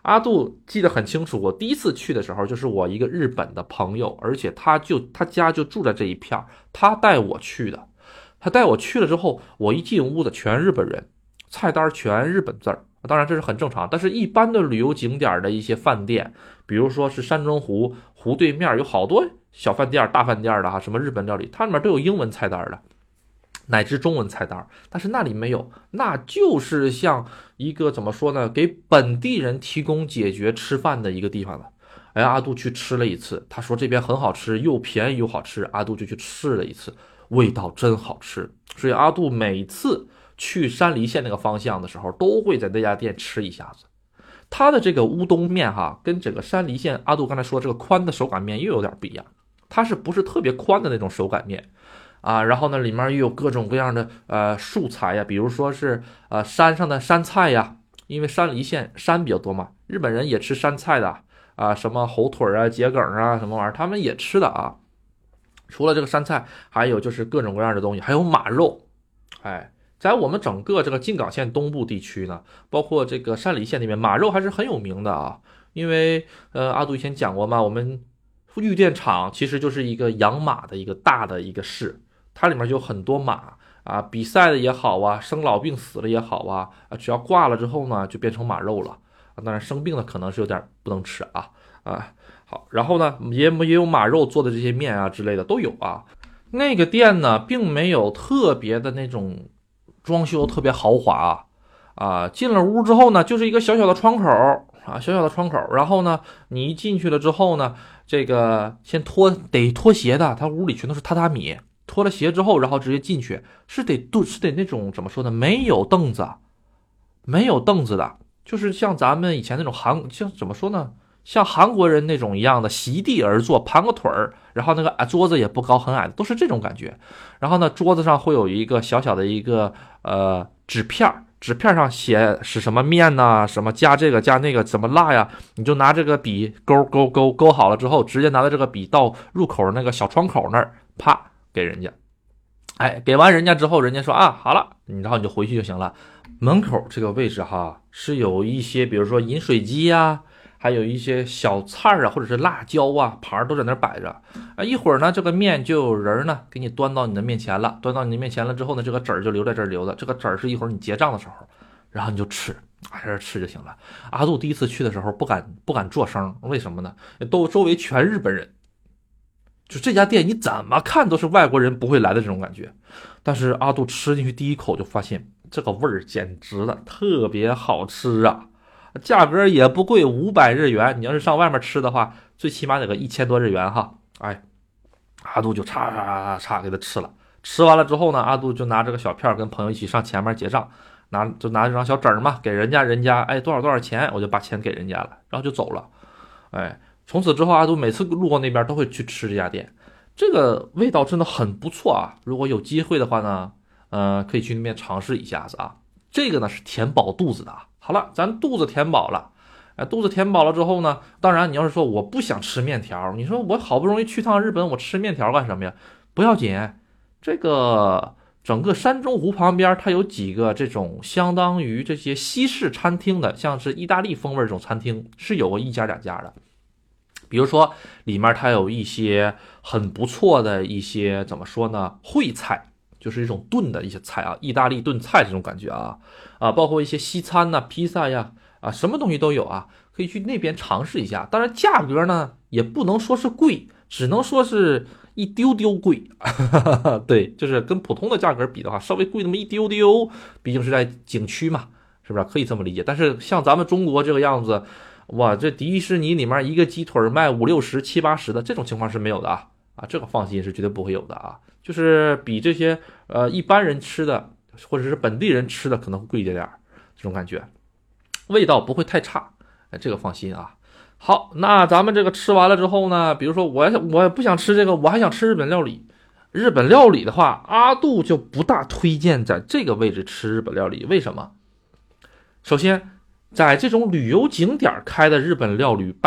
Speaker 1: 阿杜记得很清楚，我第一次去的时候，就是我一个日本的朋友，而且他家就住在这一片，他带我去的。他带我去了之后，我一进屋子全日本人，菜单全日本字儿，当然这是很正常。但是一般的旅游景点的一些饭店，比如说是山中湖对面有好多小饭店、大饭店的哈，什么日本料理，它里面都有英文菜单的，乃至中文菜单，但是那里没有，那就是像一个怎么说呢，给本地人提供解决吃饭的一个地方了。哎，阿杜去吃了一次，他说这边很好吃，又便宜又好吃，阿杜就去吃了一次，味道真好吃。所以阿杜每次去山梨县那个方向的时候，都会在那家店吃一下子。他的这个乌冬面哈，跟这个山梨县阿杜刚才说这个宽的手擀面又有点不一样，它是不是特别宽的那种手擀面啊？然后呢，里面又有各种各样的素材呀，比如说是山上的山菜呀，因为山梨县山比较多嘛，日本人也吃山菜的啊，什么猴腿啊、桔梗啊，什么玩意儿，他们也吃的啊。除了这个山菜，还有就是各种各样的东西，还有马肉，哎。在我们整个这个京港线东部地区呢，包括这个山梨县那边，马肉还是很有名的啊。因为阿杜以前讲过嘛，我们玉电厂其实就是一个养马的一个大的一个市，它里面就有很多马啊，比赛的也好啊，生老病死了也好啊，只要挂了之后呢，就变成马肉了。当然生病的可能是有点不能吃啊。好，然后呢也有马肉做的这些面啊之类的都有啊。那个店呢，并没有特别的那种装修特别豪华进了屋之后呢，就是一个小小的窗口啊，小小的窗口。然后呢，你一进去了之后呢，这个先得脱鞋的，他屋里全都是榻榻米，脱了鞋之后，然后直接进去，是得那种怎么说呢？没有凳子的，就是像咱们以前那种像怎么说呢？像韩国人那种一样的席地而坐，盘个腿儿，然后那个桌子也不高很矮的，都是这种感觉。然后呢，桌子上会有一个小小的一个纸片上写是什么面呐，什么加这个加那个怎么辣呀，你就拿这个笔勾好了之后，直接拿着这个笔到入口那个小窗口那儿，啪给人家。哎，给完人家之后，人家说啊好了，然后你就回去就行了。门口这个位置哈，是有一些比如说饮水机呀，还有一些小菜啊，或者是辣椒啊，盘都在那儿摆着啊。一会儿呢，这个面就有人呢给你端到你的面前了。端到你的面前了之后呢，这个籽儿就留在这儿留的。这个籽儿是一会儿你结账的时候，然后你就吃，在这吃就行了。阿杜第一次去的时候不敢做声，为什么呢？周围全日本人，就这家店你怎么看都是外国人不会来的这种感觉。但是阿杜吃进去第一口就发现这个味儿简直了，特别好吃啊！价格也不贵，500日元。你要是上外面吃的话，最起码得个1000多日元哈。哎，阿杜就叉给他吃了。吃完了之后呢，阿杜就拿这个小片跟朋友一起上前面结账，拿这张小纸嘛，给人家哎多少钱，我就把钱给人家了，然后就走了。哎，从此之后阿杜每次路过那边都会去吃这家店，这个味道真的很不错啊。如果有机会的话呢，可以去那边尝试一下子啊。这个呢是填饱肚子的啊。好了，咱肚子填饱了，肚子填饱了之后呢，当然你要是说我不想吃面条，你说我好不容易去趟日本，我吃面条干什么呀？不要紧，这个整个山中湖旁边它有几个这种相当于这些西式餐厅的，像是意大利风味这种餐厅是有个一家两家的。比如说里面它有一些很不错的一些怎么说呢，烩菜，就是一种炖的一些菜啊，意大利炖菜这种感觉啊，包括一些西餐呐、披萨呀，什么东西都有啊，可以去那边尝试一下。当然价格呢也不能说是贵，只能说是一丢丢贵。对，就是跟普通的价格比的话，稍微贵那么一丢丢，毕竟是在景区嘛，是不是可以这么理解？但是像咱们中国这个样子，哇，这迪士尼里面一个鸡腿卖50、60、70、80的这种情况是没有的啊，这个放心是绝对不会有的啊。就是比这些一般人吃的或者是本地人吃的可能会贵一点点，这种感觉，味道不会太差，这个放心啊。好，那咱们这个吃完了之后呢，比如说我不想吃这个，我还想吃日本料理。日本料理的话，阿杜就不大推荐在这个位置吃日本料理。为什么？首先，在这种旅游景点开的日本料理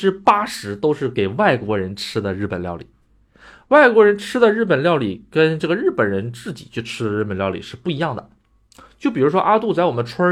Speaker 1: ，80%都是给外国人吃的日本料理。外国人吃的日本料理跟这个日本人自己去吃的日本料理是不一样的。就比如说阿杜在我们村里，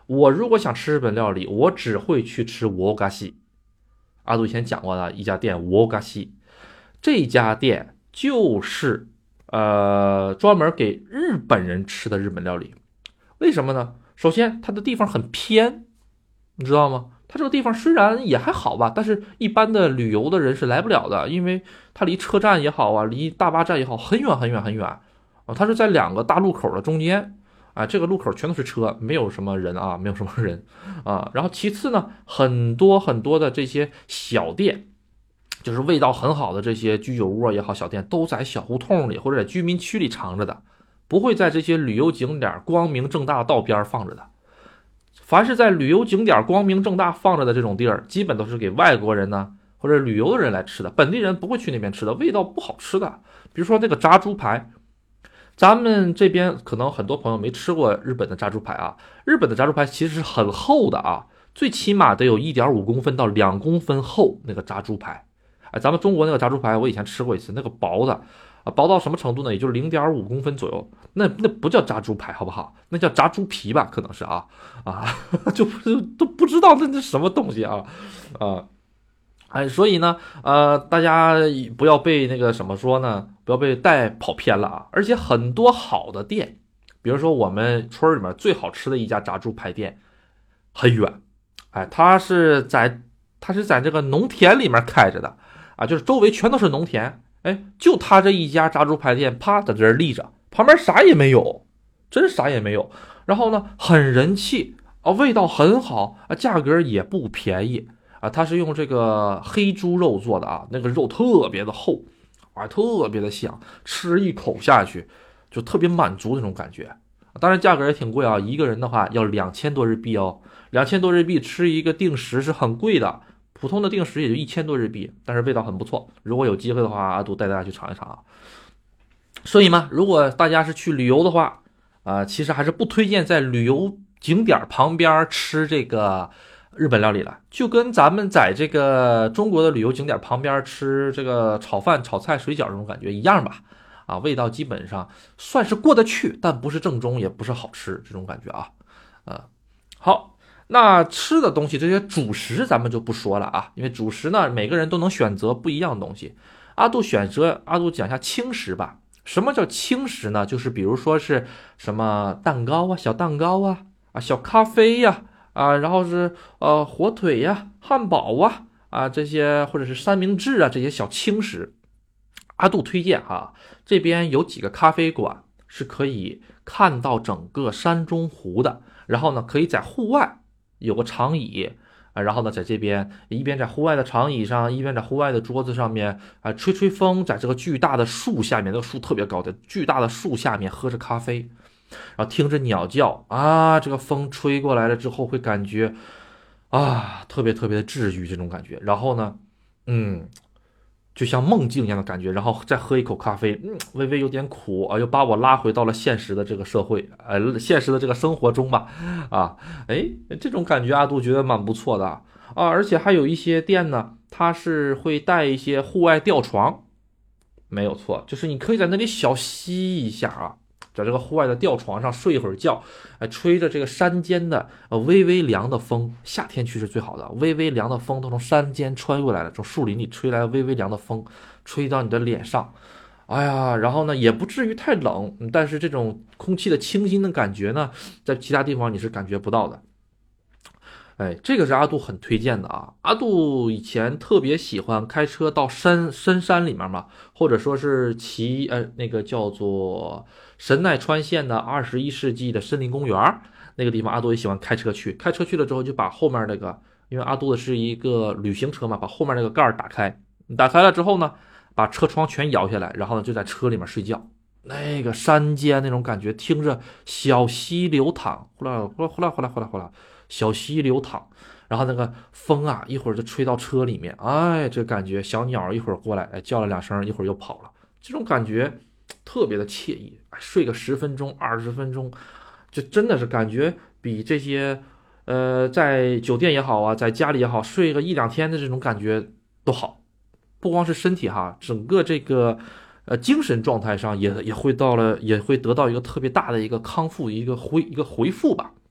Speaker 1: 我如果想吃日本料理，我只会去吃沃嘎西。阿杜以前讲过的一家店沃嘎西，这家店就是专门给日本人吃的日本料理。为什么呢？首先它的地方很偏，你知道吗？它这个地方虽然也还好吧，但是一般的旅游的人是来不了的，因为它离车站也好啊，离大巴站也好，很远很远很远啊。它是在2个大路口的中间啊，这个路口全都是车，没有什么人啊，没有什么人啊。然后其次呢，很多很多的这些小店，就是味道很好的这些居酒屋也好，小店都在小胡同里或者在居民区里藏着的，不会在这些旅游景点光明正大道边放着的。凡是在旅游景点光明正大放着的这种地儿，基本都是给外国人呢或者旅游的人来吃的，本地人不会去那边吃的，味道不好吃的。比如说那个炸猪排，咱们这边可能很多朋友没吃过日本的炸猪排啊，日本的炸猪排其实是很厚的啊，最起码得有1.5公分到2公分厚那个炸猪排。哎，咱们中国那个炸猪排我以前吃过一次，那个薄的啊，薄到什么程度呢？也就是0.5公分左右，那不叫炸猪排好不好？那叫炸猪皮吧，可能是啊，就都不知道那是什么东西啊。哎，所以呢，大家不要被那个什么说呢，不要被带跑偏了啊。而且很多好的店，比如说我们村里面最好吃的一家炸猪排店，很远，哎，它是在这个农田里面开着的啊，就是周围全都是农田，哎，就他这一家炸猪排店，啪在这儿立着，旁边啥也没有，真啥也没有。然后呢，很人气啊，味道很好啊，价格也不便宜。啊，它是用这个黑猪肉做的啊，那个肉特别的厚，啊，特别的香，吃一口下去就特别满足那种感觉。当然价格也挺贵啊，一个人的话要2000多日币哦，2000多日币吃一个定时是很贵的，普通的定时也就1000多日币，但是味道很不错。如果有机会的话，阿杜带大家去尝一尝啊。所以嘛，如果大家是去旅游的话，其实还是不推荐在旅游景点旁边吃这个日本料理了，就跟咱们在这个中国的旅游景点旁边吃这个炒饭、炒菜、水饺这种感觉一样吧。啊，味道基本上算是过得去，但不是正宗，也不是好吃这种感觉啊。好，那吃的东西这些主食咱们就不说了啊，因为主食呢每个人都能选择不一样的东西。阿杜讲一下轻食吧。什么叫轻食呢？就是比如说是什么蛋糕啊、小蛋糕啊、小咖啡呀、然后是火腿呀、汉堡啊这些，或者是三明治啊这些小轻食。阿杜推荐哈，这边有几个咖啡馆是可以看到整个山中湖的，然后呢可以在户外有个长椅。然后呢，在这边一边在户外的长椅上，一边在户外的桌子上面吹吹风，在这个巨大的树下面，那个树特别高的巨大的树下面喝着咖啡，然后听着鸟叫啊，这个风吹过来了之后会感觉特别特别的治愈这种感觉。然后呢，就像梦境一样的感觉，然后再喝一口咖啡，微微有点苦啊，又把我拉回到了现实的这个社会，现实的这个生活中吧，这种感觉阿杜觉得蛮不错的啊，而且还有一些店呢，它是会带一些户外吊床，没有错，就是你可以在那里小息一下啊，在这个户外的吊床上睡一会儿觉，吹着这个山间的微微凉的风，夏天去是最好的，微微凉的风都从山间穿过来了，从树林里吹来微微凉的风，吹到你的脸上，然后呢也不至于太冷，但是这种空气的清新的感觉呢，在其他地方你是感觉不到的。这个是阿杜很推荐的啊！阿杜以前特别喜欢开车到深山里面嘛，或者说是骑那个叫做神奈川县的21世纪的森林公园那个地方，阿杜也喜欢开车去。开车去了之后，就把后面那个，因为阿杜的是一个旅行车嘛，把后面那个盖儿打开，打开了之后呢，把车窗全摇下来，然后呢就在车里面睡觉。那个山间那种感觉，听着小溪流淌，呼啦呼啦呼啦呼啦呼啦呼啦。小溪流淌，然后那个风一会儿就吹到车里面，这感觉小鸟一会儿过来，叫了2声，一会儿又跑了，这种感觉特别的惬意。睡个10分钟、20分钟，就真的是感觉比这些在酒店也好啊，在家里也好，睡个1-2天的这种感觉都好。不光是身体哈，整个这个精神状态上也会得到一个特别大的一个康复，一个回复吧。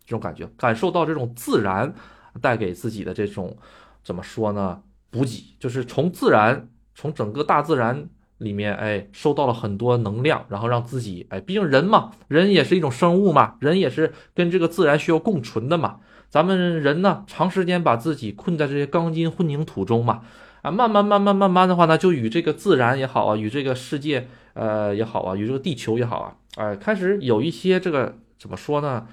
Speaker 1: 这种感觉，感受到这种自然带给自己的这种怎么说呢？补给，就是从整个大自然里面，收到了很多能量，然后让自己，毕竟人嘛，人也是一种生物嘛，人也是跟这个自然需要共存的嘛。咱们人呢，长时间把自己困在这些钢筋混凝土中嘛，慢慢的话呢，就与这个自然也好啊，与这个世界也好啊，与这个地球也好啊，开始有一些这个怎么说呢？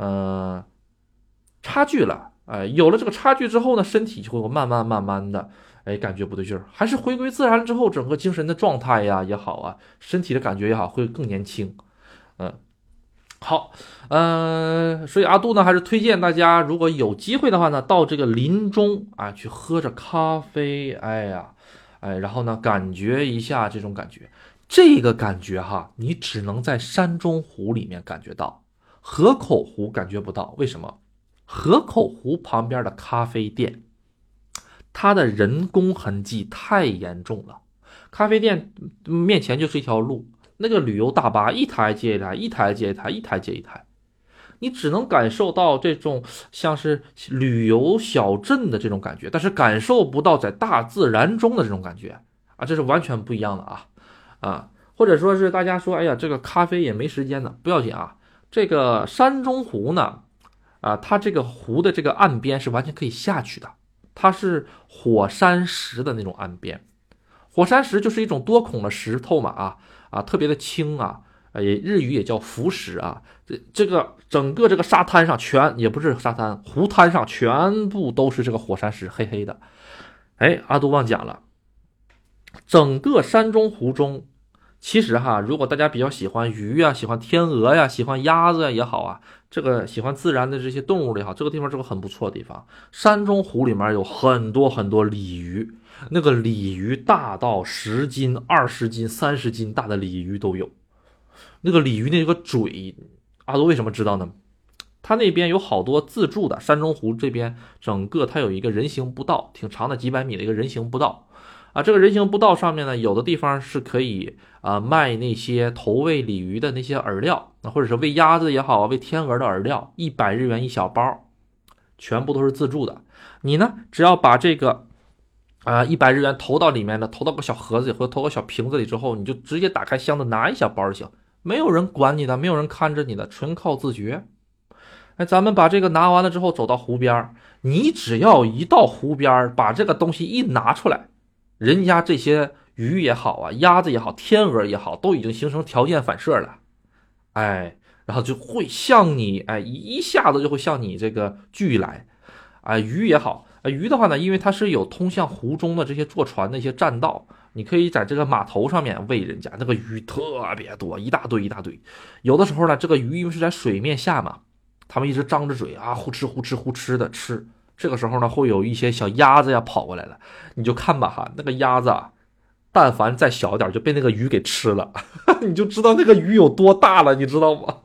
Speaker 1: 差距了。有了这个差距之后呢，身体就会慢慢的，感觉不对劲儿，还是回归自然之后，整个精神的状态呀也好啊，身体的感觉也好，会更年轻。嗯，好，所以阿杜呢，还是推荐大家，如果有机会的话呢，到这个林中啊，去喝着咖啡，然后呢，感觉一下这种感觉，这个感觉哈，你只能在山中湖里面感觉到，河口湖感觉不到，为什么？河口湖旁边的咖啡店，它的人工痕迹太严重了。咖啡店面前就是一条路，那个旅游大巴一台接一台，一台接一台，一台接一台，你只能感受到这种像是旅游小镇的这种感觉，但是感受不到在大自然中的这种感觉啊，这是完全不一样的或者说是大家说，哎呀，这个咖啡也没时间呢，不要紧啊，这个山中湖呢。它这个湖的这个岸边是完全可以下去的，它是火山石的那种岸边，火山石就是一种多孔的石头嘛，特别的轻日语也叫浮石这个整个这个沙滩上也不是沙滩，湖滩上全部都是这个火山石，黑黑的。阿杜忘讲了，整个山中湖中。其实如果大家比较喜欢鱼喜欢天鹅喜欢鸭子也好这个喜欢自然的这些动物也好，这个地方是个很不错的地方。山中湖里面有很多很多鲤鱼，那个鲤鱼大到10斤、20斤、30斤大的鲤鱼都有。那个鲤鱼那个嘴，阿杜为什么知道呢？它那边有好多自助的，山中湖这边整个它有一个人行步道，挺长的几百米的一个人行步道。这个人行步道上面呢，有的地方是可以卖那些投喂鲤鱼的那些饵料，或者是喂鸭子也好喂天鹅的饵料，100日元一小包，全部都是自助的。你呢，只要把这个100日元投到里面的，投到个小盒子里或者投个小瓶子里之后，你就直接打开箱子拿一小包就行，没有人管你的，没有人看着你的，纯靠自觉。咱们把这个拿完了之后，走到湖边，你只要一到湖边，把这个东西一拿出来。人家这些鱼也好鸭子也好，天鹅也好，都已经形成条件反射了，然后就会向你，一下子就会向你这个聚来，鱼也好，鱼的话呢，因为它是有通向湖中的这些坐船的一些栈道，你可以在这个码头上面喂人家，那个鱼特别多，一大堆一大堆。有的时候呢，这个鱼因为是在水面下嘛，他们一直张着嘴呼哧呼哧呼哧的吃。这个时候呢，会有一些小鸭子跑过来了，你就看吧那个鸭子但凡再小点就被那个鱼给吃了，你就知道那个鱼有多大了，你知道吗？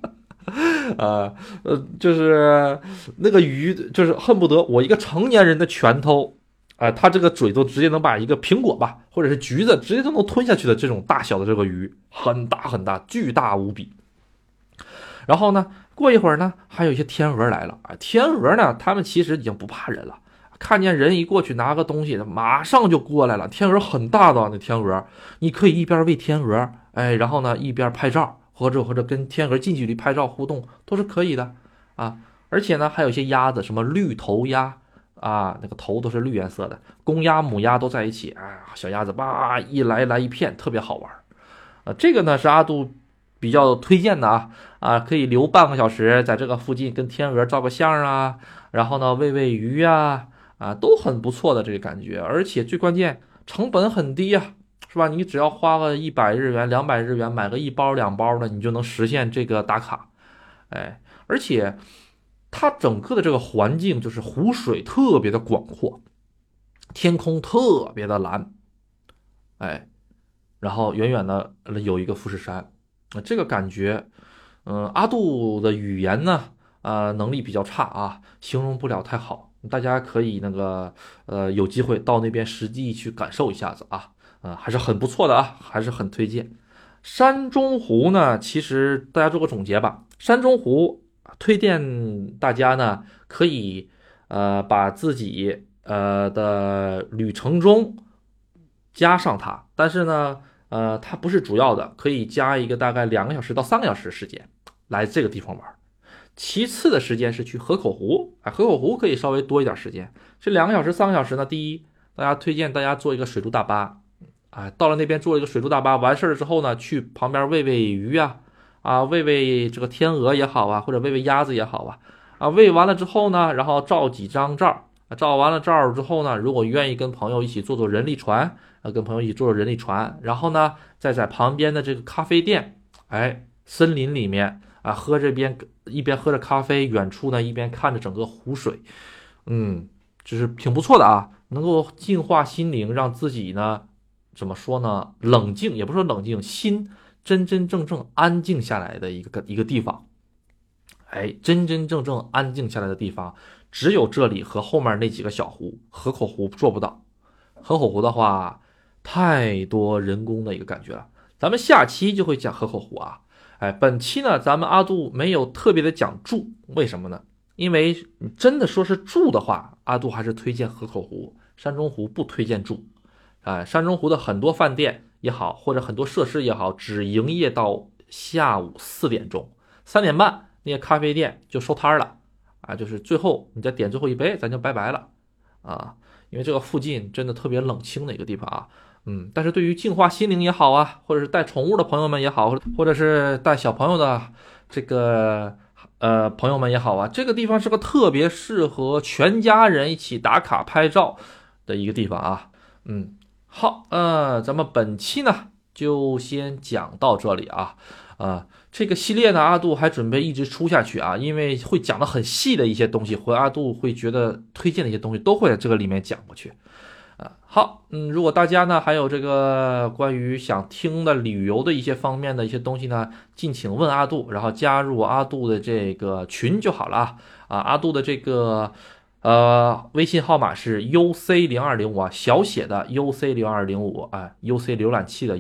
Speaker 1: 就是那个鱼，就是恨不得我一个成年人的拳头，它这个嘴都直接能把一个苹果吧，或者是橘子直接都能吞下去的这种大小的这个鱼，很大很大，巨大无比。然后呢，过一会儿呢，还有一些天鹅来了天鹅呢，它们其实已经不怕人了，看见人一过去拿个东西，马上就过来了。天鹅很大的那天鹅，你可以一边喂天鹅，然后呢一边拍照，或者跟天鹅近距离拍照互动都是可以的而且呢，还有一些鸭子，什么绿头鸭那个头都是绿颜色的，公鸭母鸭都在一起小鸭子一来一片，特别好玩这个呢是阿杜比较推荐的可以留半个小时在这个附近跟天鹅照个相然后呢喂喂鱼都很不错的这个感觉，而且最关键成本很低是吧？你只要花个100日元、200日元买个1包2包的，你就能实现这个打卡。而且它整个的这个环境就是湖水特别的广阔，天空特别的蓝，然后远远的有一个富士山。这个感觉，阿杜的语言呢，能力比较差形容不了太好。大家可以有机会到那边实际去感受一下子还是很不错的还是很推荐。山中湖呢，其实大家做个总结吧，山中湖推荐大家呢可以把自己的旅程中加上它，但是呢它不是主要的，可以加一个大概2个小时到3个小时的时间来这个地方玩。其次的时间是去河口湖，河口湖可以稍微多一点时间。这2个小时、3个小时呢，第一，大家推荐大家坐一个水陆大巴，到了那边坐一个水陆大巴，完事儿之后呢，去旁边喂喂鱼喂喂这个天鹅也好或者喂喂鸭子也好喂完了之后呢，然后照几张照，照完了照之后呢，如果愿意跟朋友一起坐人力船，跟朋友一起坐人力船，然后呢，再在旁边的这个咖啡店，森林里面喝这边一边喝着咖啡，远处呢一边看着整个湖水，就是挺不错的能够净化心灵，让自己呢怎么说呢，冷静也不是说冷静，心真真正正安静下来的一个地方。真真正正安静下来的地方，只有这里和后面那几个小湖，河口湖做不到。河口湖的话，太多人工的一个感觉了。咱们下期就会讲河口湖本期呢，咱们阿杜没有特别的讲住，为什么呢？因为你真的说是住的话，阿杜还是推荐河口湖，山中湖不推荐住。山中湖的很多饭店也好，或者很多设施也好，只营业到下午4点钟，3点半那些咖啡店就收摊了就是最后你再点最后一杯，咱就拜拜了因为这个附近真的特别冷清的一个地方但是对于净化心灵也好或者是带宠物的朋友们也好，或者是带小朋友的这个朋友们也好这个地方是个特别适合全家人一起打卡拍照的一个地方好，咱们本期呢就先讲到这里这个系列呢，阿杜还准备一直出下去因为会讲的很细的一些东西，和阿杜会觉得推荐的一些东西都会在这个里面讲过去。好，如果大家呢还有这个关于想听的旅游的一些方面的一些东西呢，敬请问阿杜，然后加入阿杜的这个群就好了阿杜的这个微信号码是 UC0205小写的 UC0205UC 浏览器的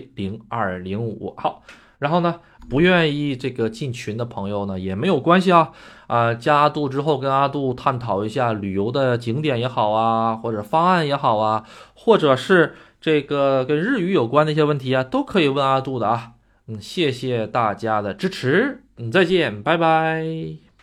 Speaker 1: UC0205。好，然后呢，不愿意这个进群的朋友呢也没有关系加阿杜之后跟阿杜探讨一下旅游的景点也好或者方案也好或者是这个跟日语有关的一些问题都可以问阿杜的谢谢大家的支持，再见，拜拜。